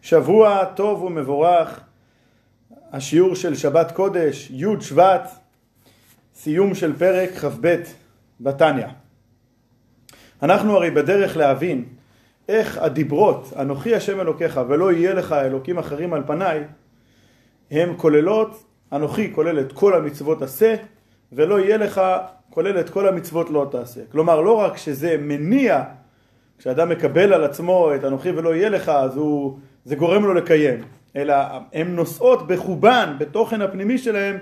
שבוע טוב ומבורך, השיעור של שבת קודש, י' שבט, סיום של פרק כ"ב בתניא. אנחנו הרי בדרך להבין איך הדיברות, אנוכי השם אלוקיך ולא יהיה לך אלוקים אחרים על פניי, הם כוללות, אנוכי כולל את כל המצוות עשה, ולא יהיה לך כולל את כל המצוות לא תעשה. כלומר, לא רק שזה מניע, כשאדם מקבל על עצמו את אנוכי ולא יהיה לך, אז זה גורם לו לקיים, אלא הן נושאות בחובן, בתוכן הפנימי שלהם,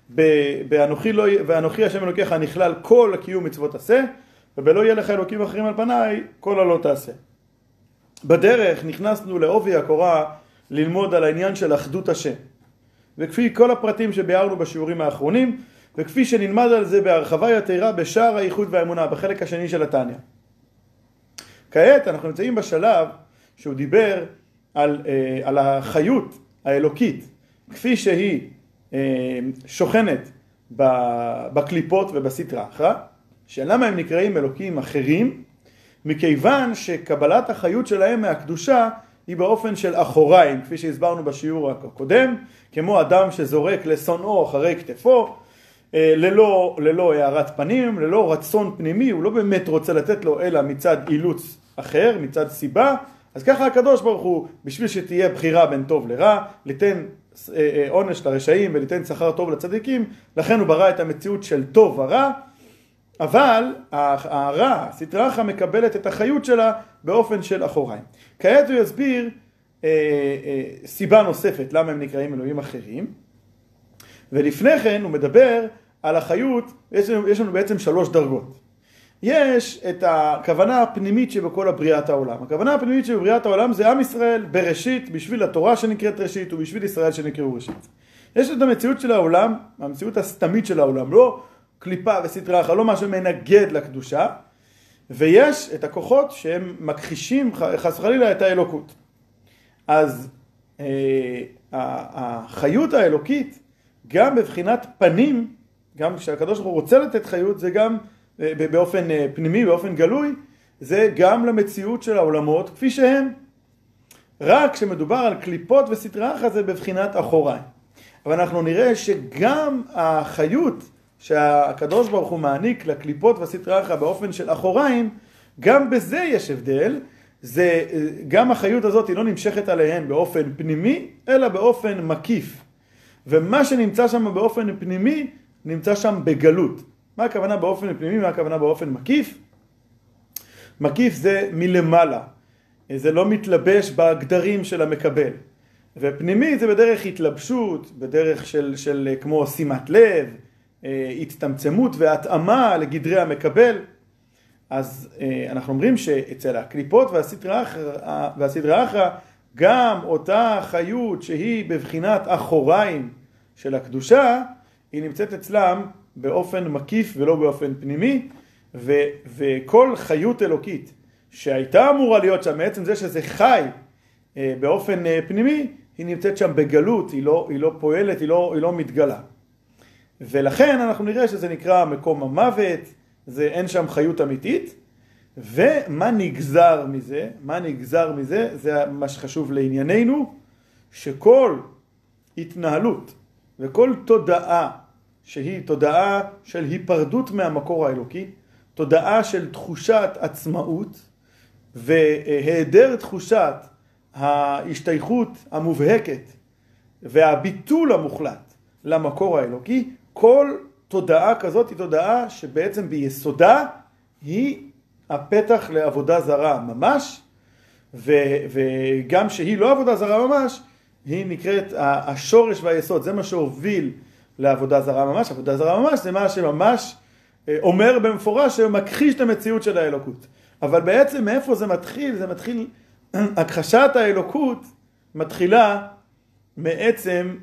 ואנוכי השם אלוקיך נכלל כל הקיום מצוות עשה, ובלא יהיה לך אלוקים אחרים על פניי, כל הלא תעשה. בדרך נכנסנו לעובי הקורה ללמוד על העניין של אחדות השם. וכפי כל הפרטים שביארנו בשיעורים האחרונים, וכפי שנלמד על זה בהרחבה יתרה בשער הייחוד והאמונה, בחלק השני של התניא. כעת אנחנו נמצאים בשלב שהוא דיבר על החיות האלוקית, כפי שהיא שוכנת בקליפות ובסטרא אחרא, שלמה הם נקראים אלוקים אחרים? מכיוון שקבלת החיות שלהם מהקדושה היא באופן של אחוריים, כפי שהסברנו בשיעור הקודם, כמו אדם שזורק לשונאו אחרי כתפו, ללא הערת פנים, ללא רצון פנימי, הוא לא באמת רוצה לתת לו אלא מצד אילוץ אחר, מצד סיבה. אז ככה הקדוש ברוך הוא, בשביל שתהיה בחירה בין טוב לרע, ליתן עונש לרשעים וליתן שכר טוב לצדיקים, לכן הוא ברא את המציאות של טוב ורע, אבל הרע, סטרא אחרא, מקבלת את החיות שלה באופן של אחוריים. כעת הוא יסביר סיבה נוספת למה הם נקראים אלוהים אחרים, ולפני כן הוא מדבר על החיות. יש לנו בעצם 3 דרגות. יש את הכוונה הפנימית שבכל הבריאת העולם. הכוונה הפנימית שבבריאת העולם זה עם ישראל בראשית, בשביל התורה שנקראת ראשית ובשביל ישראל שנקראו ראשית. יש את המציאות של העולם, המציאות הסתמית של העולם, לא קליפה וסטרא אחרא, לא משהו מנגד לקדושה, ויש את הכוחות שהם מכחישים חס וחלילה את האלוקות. אז החיות האלוקית, גם בבחינת פנים, גם כשהקדוש ברוך הוא רוצה לתת חיות, זה גם באופן פנימי, באופן גלוי, זה גם למציאות של העולמות כפי שהם. רק כשמדובר על קליפות וסטרא אחרא זה בבחינת אחוריים. אבל אנחנו נראה שגם החיות שהקדוש ברוך הוא מעניק לקליפות וסטרא אחרא באופן של אחוריים, גם בזה יש הבדל. גם החיות הזאת היא לא נמשכת עליהן באופן פנימי, אלא באופן מקיף. ומה שנמצא שם באופן פנימי, נמצא שם בגלות. מה הכוונה באופן פנימי, מה הכוונה באופן מקיף? מקיף זה מלמעלה. זה לא מתלבש בהגדרים של המקבל. ופנימי זה בדרך התלבשות, בדרך של כמו שימת לב, הצטמצמות והתאמה לגדרי המקבל. אז אנחנו אומרים שאצל הקליפות והסטרא אחרא, גם אותה חיות שהיא בבחינת אחוריים של הקדושה, היא נמצאת אצלם באופן מקיף ולא באופן פנימי, וכל חיות אלוקית שהייתה אמורה להיות שם, מעצם זה שזה חי באופן פנימי, היא נמצאת שם בגלות, היא לא פועלת, היא לא מתגלה. ולכן אנחנו נראה שזה נקרא מקום המוות, אין שם חיות אמיתית. ומה נגזר מזה? מה נגזר מזה? זה מה שחשוב לענייננו, שכל התנהלות וכל תודעה שהיא תודעה של היפרדות מהמקור האלוקי, תודעה של תחושת עצמאות והיעדר תחושת ההשתייכות המובהקת והביטול המוחלט למקור האלוקי, כל תודעה כזאת היא תודעה שבעצם ביסודה היא הפתח לעבודה זרה ממש, וגם שהיא לא עבודה זרה ממש, היא נקראת השורש והיסוד. זה מה שהוביל לעבודה זרה ממש. עבודה זרה ממש זה מה שממש אומר במפורש שמכחיש את המציאות של האלוקות. אבל בעצם מאיפה זה מתחיל? זה מתחיל, הכחשת האלוקות מתחילה מעצם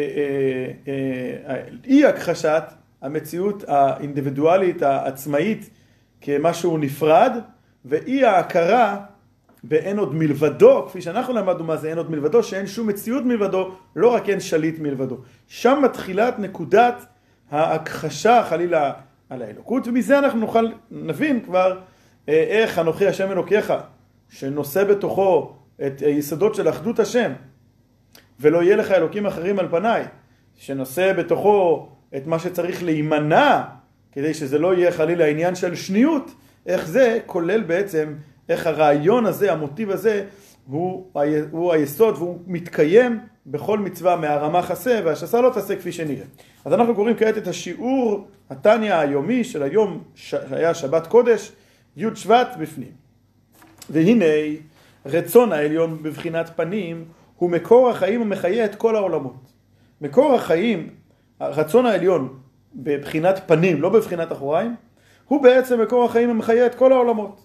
אי הכחשת המציאות האינדיבידואלית העצמאית כמשהו נפרד, ואי ההכרה באין עוד מלבדו, כפי שאנחנו למדנו מה זה אין עוד מלבדו, שאין שום מציאות מלבדו, לא רק אין שליט מלבדו. שם מתחילת נקודת ההכחשה חלילה על האלוקות, ומזה אנחנו נבין כבר איך אנוכי השם אלוקיך, שנושא בתוכו את היסודות של אחדות השם, ולא יהיה לך אלוקים אחרים על פניי, שנושא בתוכו את מה שצריך להימנע, כדי שזה לא יהיה חלילה עניין של שניות, איך זה כולל בעצם, איך הרעיון הזה, המוטיב הזה, הוא היסוד והוא מתקיים בכל מצווה מהרמ"ח עשה והשס"ה לא תעשה כפי שנראה. אז אנחנו קוראים כעת את השיעור התניא היומי של היום שהיה שבת קודש, י' שבט בפנים. והנה רצון העליון בבחינת פנים הוא מקור החיים המחיה את כל העולמות. מקור החיים, הרצון העליון בבחינת פנים, לא בבחינת אחוריים, הוא בעצם מקור החיים המחיה את כל העולמות.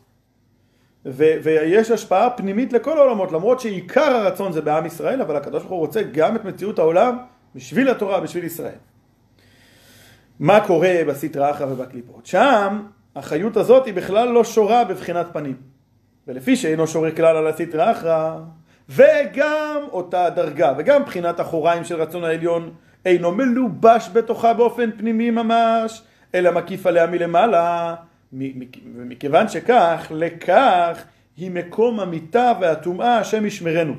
ויש השפעה פנימית לכל העולמות, למרות שעיקר הרצון זה בעם ישראל, אבל הקדוש ברוך הוא רוצה גם את מציאות העולם בשביל התורה, בשביל ישראל. מה קורה בסטרא אחרא ובקליפות? שם החיות הזאת היא בכלל לא שורה בבחינת פנים. ולפי שאינו שורה כלל על הסטרא אחרא, וגם אותה דרגה, וגם בחינת אחוריים של רצון העליון, אינו מלובש בתוכה באופן פנימי ממש, אלא מקיף עליה מלמעלה, ומכיוון שכך, לכך היא מקום המיטה והטומאה השם ישמרנו.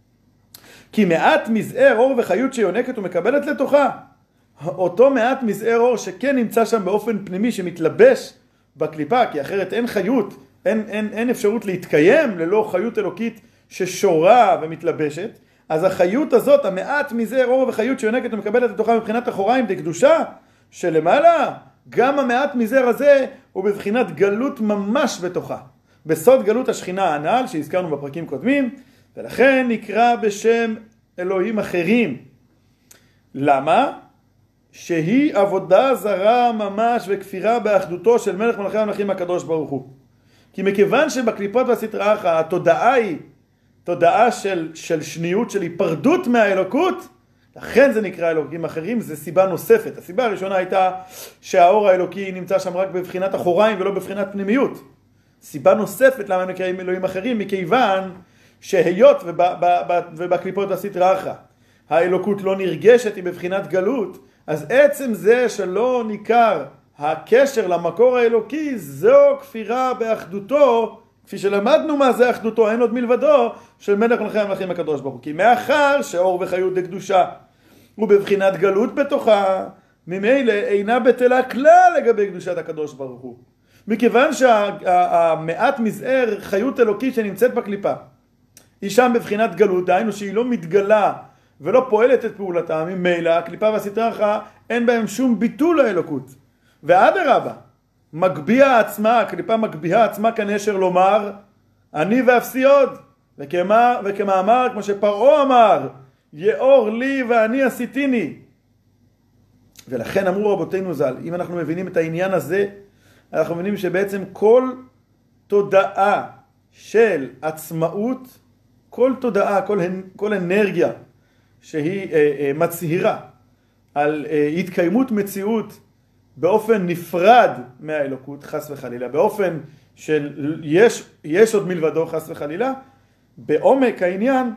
כי מעט מזער אור וחיות שיונקת ומקבלת לתוכה, אותו מעט מזער אור שכן נמצא שם באופן פנימי שמתלבש בקליפה, כי אחרת אין חיות, אין אפשרות להתקיים ללא חיות אלוקית ששורה ומתלבשת, אז החיות הזאת, המעט מזער אור וחיות שיונקת ומקבלת לתוכה מבחינת אחוריים דקדושה שלמעלה, גם המעט מזער הזה הוא בבחינת גלות ממש בתוכה. בסוד גלות השכינה הנ"ל שהזכרנו בפרקים קודמים, ולכן נקרא בשם אלוהים אחרים. למה? שהיא עבודה זרה ממש וכפירה באחדותו של מלך מלכי המלכים הקדוש ברוך הוא. כי מכיוון שבקליפות והסטרא אחרא התודעה היא תודעה של שניות, של היפרדות מהאלוקות, לכן זה נקרא אלוקים אחרים, זה סיבה נוספת. הסיבה הראשונה הייתה שהאור האלוקי נמצא שם רק בבחינת אחוריים ולא בבחינת פנימיות. סיבה נוספת למה הם נקראים אלוהים אחרים, מכיוון שהיות ובקליפות והסטרא אחרא האלוקות לא נרגשת, היא בבחינת גלות, אז עצם זה שלא ניכר הקשר למקור האלוקי, זו כפירה באחדותו, כפי שלמדנו מה זה אחדותו, אין עוד מלבדו, של מלך מלכי המלכים הקדוש ברוך הוא. כי מאחר שאור וחיות דקדושה הוא בבחינת גלות בתוכה, ממילא אינה בטלה כלל לגבי קדושת הקדוש ברוך הוא. מכיוון שהמעט מזער חיות אלוקית שנמצאת בקליפה היא שם בבחינת גלות, דהיינו שהיא לא מתגלה ולא פועלת את פעולתה, ממילא הקליפה והסטרא אחרא אין בהם שום ביטול לאלוקות. ואדרבה, מגביה עצמה, הקליפה מגביה עצמה כנשר לומר, אני ואפסי עוד. וכמאמר, כמו שפרעה אמר, יאור לי ואני עשיתיני. ולכן אמרו רבותינו ז"ל, אם אנחנו מבינים את העניין הזה, אנחנו מבינים שבעצם כל תודעה של עצמאות, כל תודעה, כל אנרגיה שהיא מצהירה על התקיימות מציאות באופן נפרד מהאלוקות, חס וחלילה, באופן של יש עוד מלבדו, חס וחלילה, בעומק העניין,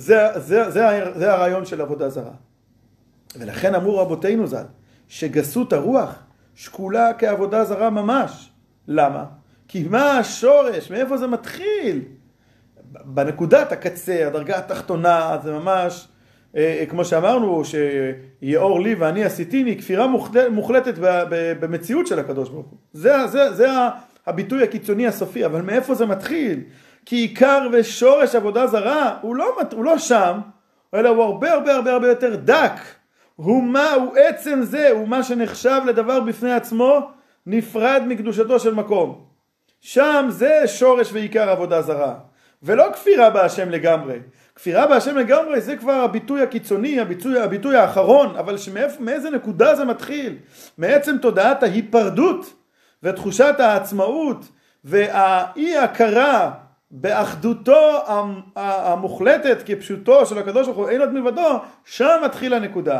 זה הרעיון של עבודה זרה. ולכן אמרו רבותינו ז"ל, שגסות הרוח שקולה כעבודה זרה ממש. למה? כי מה השורש? מאיפה זה מתחיל? בנקודת הקצה, הדרגה התחתונה, זה ממש, כמו שאמרנו, שיאור לי ואני עשיתיני, כפירה מוחלטת במציאות של הקדוש ברוך הוא. זה הביטוי הקיצוני הסופי, אבל מאיפה זה מתחיל? כי עיקר ושורש עבודה זרה הוא לא שם, אלא הוא הרבה יותר דק. הוא עצם זה, הוא מה שנחשב לדבר בפני עצמו, נפרד מקדושתו של מקום. שם זה שורש ועיקר עבודה זרה. ולא כפירה בהשם לגמרי. כפירה בהשם לגמרי זה כבר הביטוי הקיצוני, הביטוי האחרון, אבל מאיזה נקודה זה מתחיל? מעצם תודעת ההיפרדות ותחושת העצמאות והאי הכרה באחדותו המוחלטת כפשוטו של הקדוש ברוך הוא, אין עוד מלבדו, שם מתחיל הנקודה.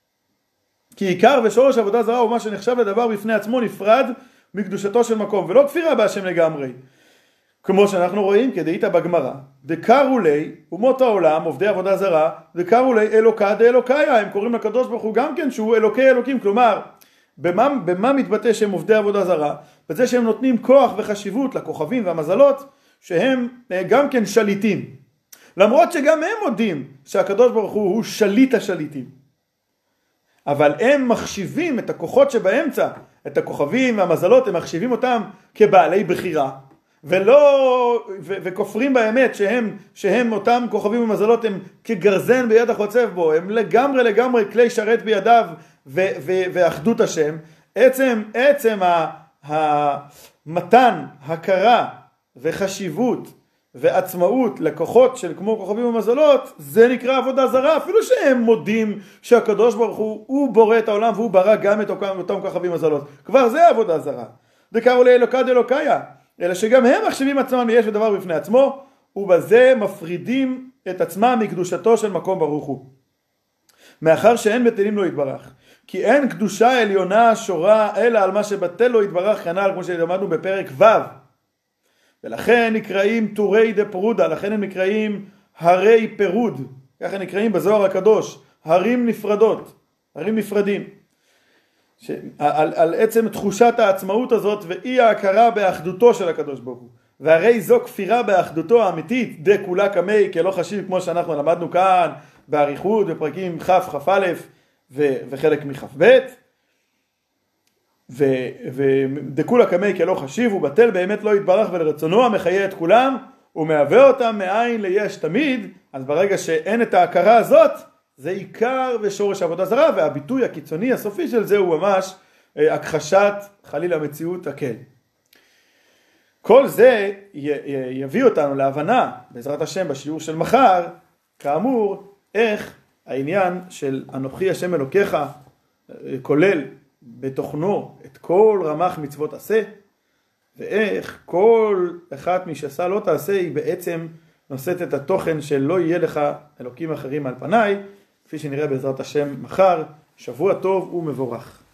כי עיקר ושורש עבודה זרה הוא מה שנחשב לדבר בפני עצמו נפרד מקדושתו של מקום, ולא כפירה בהשם לגמרי. כמו שאנחנו רואים כדאית בגמרא, דקראו לי, אומות העולם, עובדי עבודה זרה, דקראו לי אלוקא דאלוקיה, הם קוראים לקדוש ברוך הוא גם כן שהוא אלוקי אלוקים, כלומר, במה מתבטא שהם עובדי עבודה זרה? בזה שהם נותנים כוח וחשיבות לכוכבים והמזלות, שהם גם כן שליטים. למרות שגם הם מודים שהקדוש ברוך הוא שליט השליטים. אבל הם מחשיבים את הכוחות שבאמצע, את הכוכבים והמזלות, הם מחשיבים אותם כבעלי בחירה, וכופרים באמת שהם אותם כוכבים ומזלות הם כגרזן ביד החוצב בו, הם לגמרי כלי שרת בידיו ואחדות השם. עצם המתן הכרה וחשיבות ועצמאות לכוחות של כמו כוכבים ומזלות, זה נקרא עבודה זרה, אפילו שהם מודים שהקדוש ברוך הוא בורא את העולם והוא ברא גם את אותם כוכבים ומזלות, כבר זה עבודה זרה. דקראו לאלוקא דאלוקיה, אלא שגם הם מחשיבים עצמם ליש ודבר בפני עצמו, ובזה מפרידים את עצמם מקדושתו של מקום ברוך הוא, מאחר שאין בטלים לו יתברך, כי אין קדושה עליונה שורה אלא על מה שבטל לו יתברך, כנ"ל כמו שלמדנו בפרק ו', ולכן נקראים טורי דה פרודה, לכן הם נקראים הרי פירוד, ככה נקראים בזוהר הקדוש, הרים נפרדות, הרים נפרדים, על עצם תחושת העצמאות הזאת ואי ההכרה באחדותו של הקדוש ברוך הוא. והרי זו כפירה באחדותו האמיתית, דה כולה כמי כלא חשיב, כמו שאנחנו למדנו כאן באריכות בפרקים כ' כ"א וחלק מכ"ב, ודקולה כמי כלא חשיב, הוא בטל באמת לא יתברך ולרצונו המחיה את כולם ומהווה אותם מאין ליש תמיד. אז ברגע שאין את ההכרה הזאת, זה עיקר ושורש עבודה זרה, והביטוי הקיצוני הסופי של זה הוא ממש הכחשת חלילה מציאות הקל. כל זה יביא אותנו להבנה בעזרת השם בשיעור של מחר, כאמור, איך העניין של אנוכי השם אלוקיך כולל בתוכנו את כל רמ"ח מצוות עשה, ואיך כל אחת משעשה לא תעשה היא בעצם נושאת את התוכן של לא יהיה לך אלוקים אחרים על פניי, כפי שנראה בעזרת השם מחר. שבוע טוב ומבורך.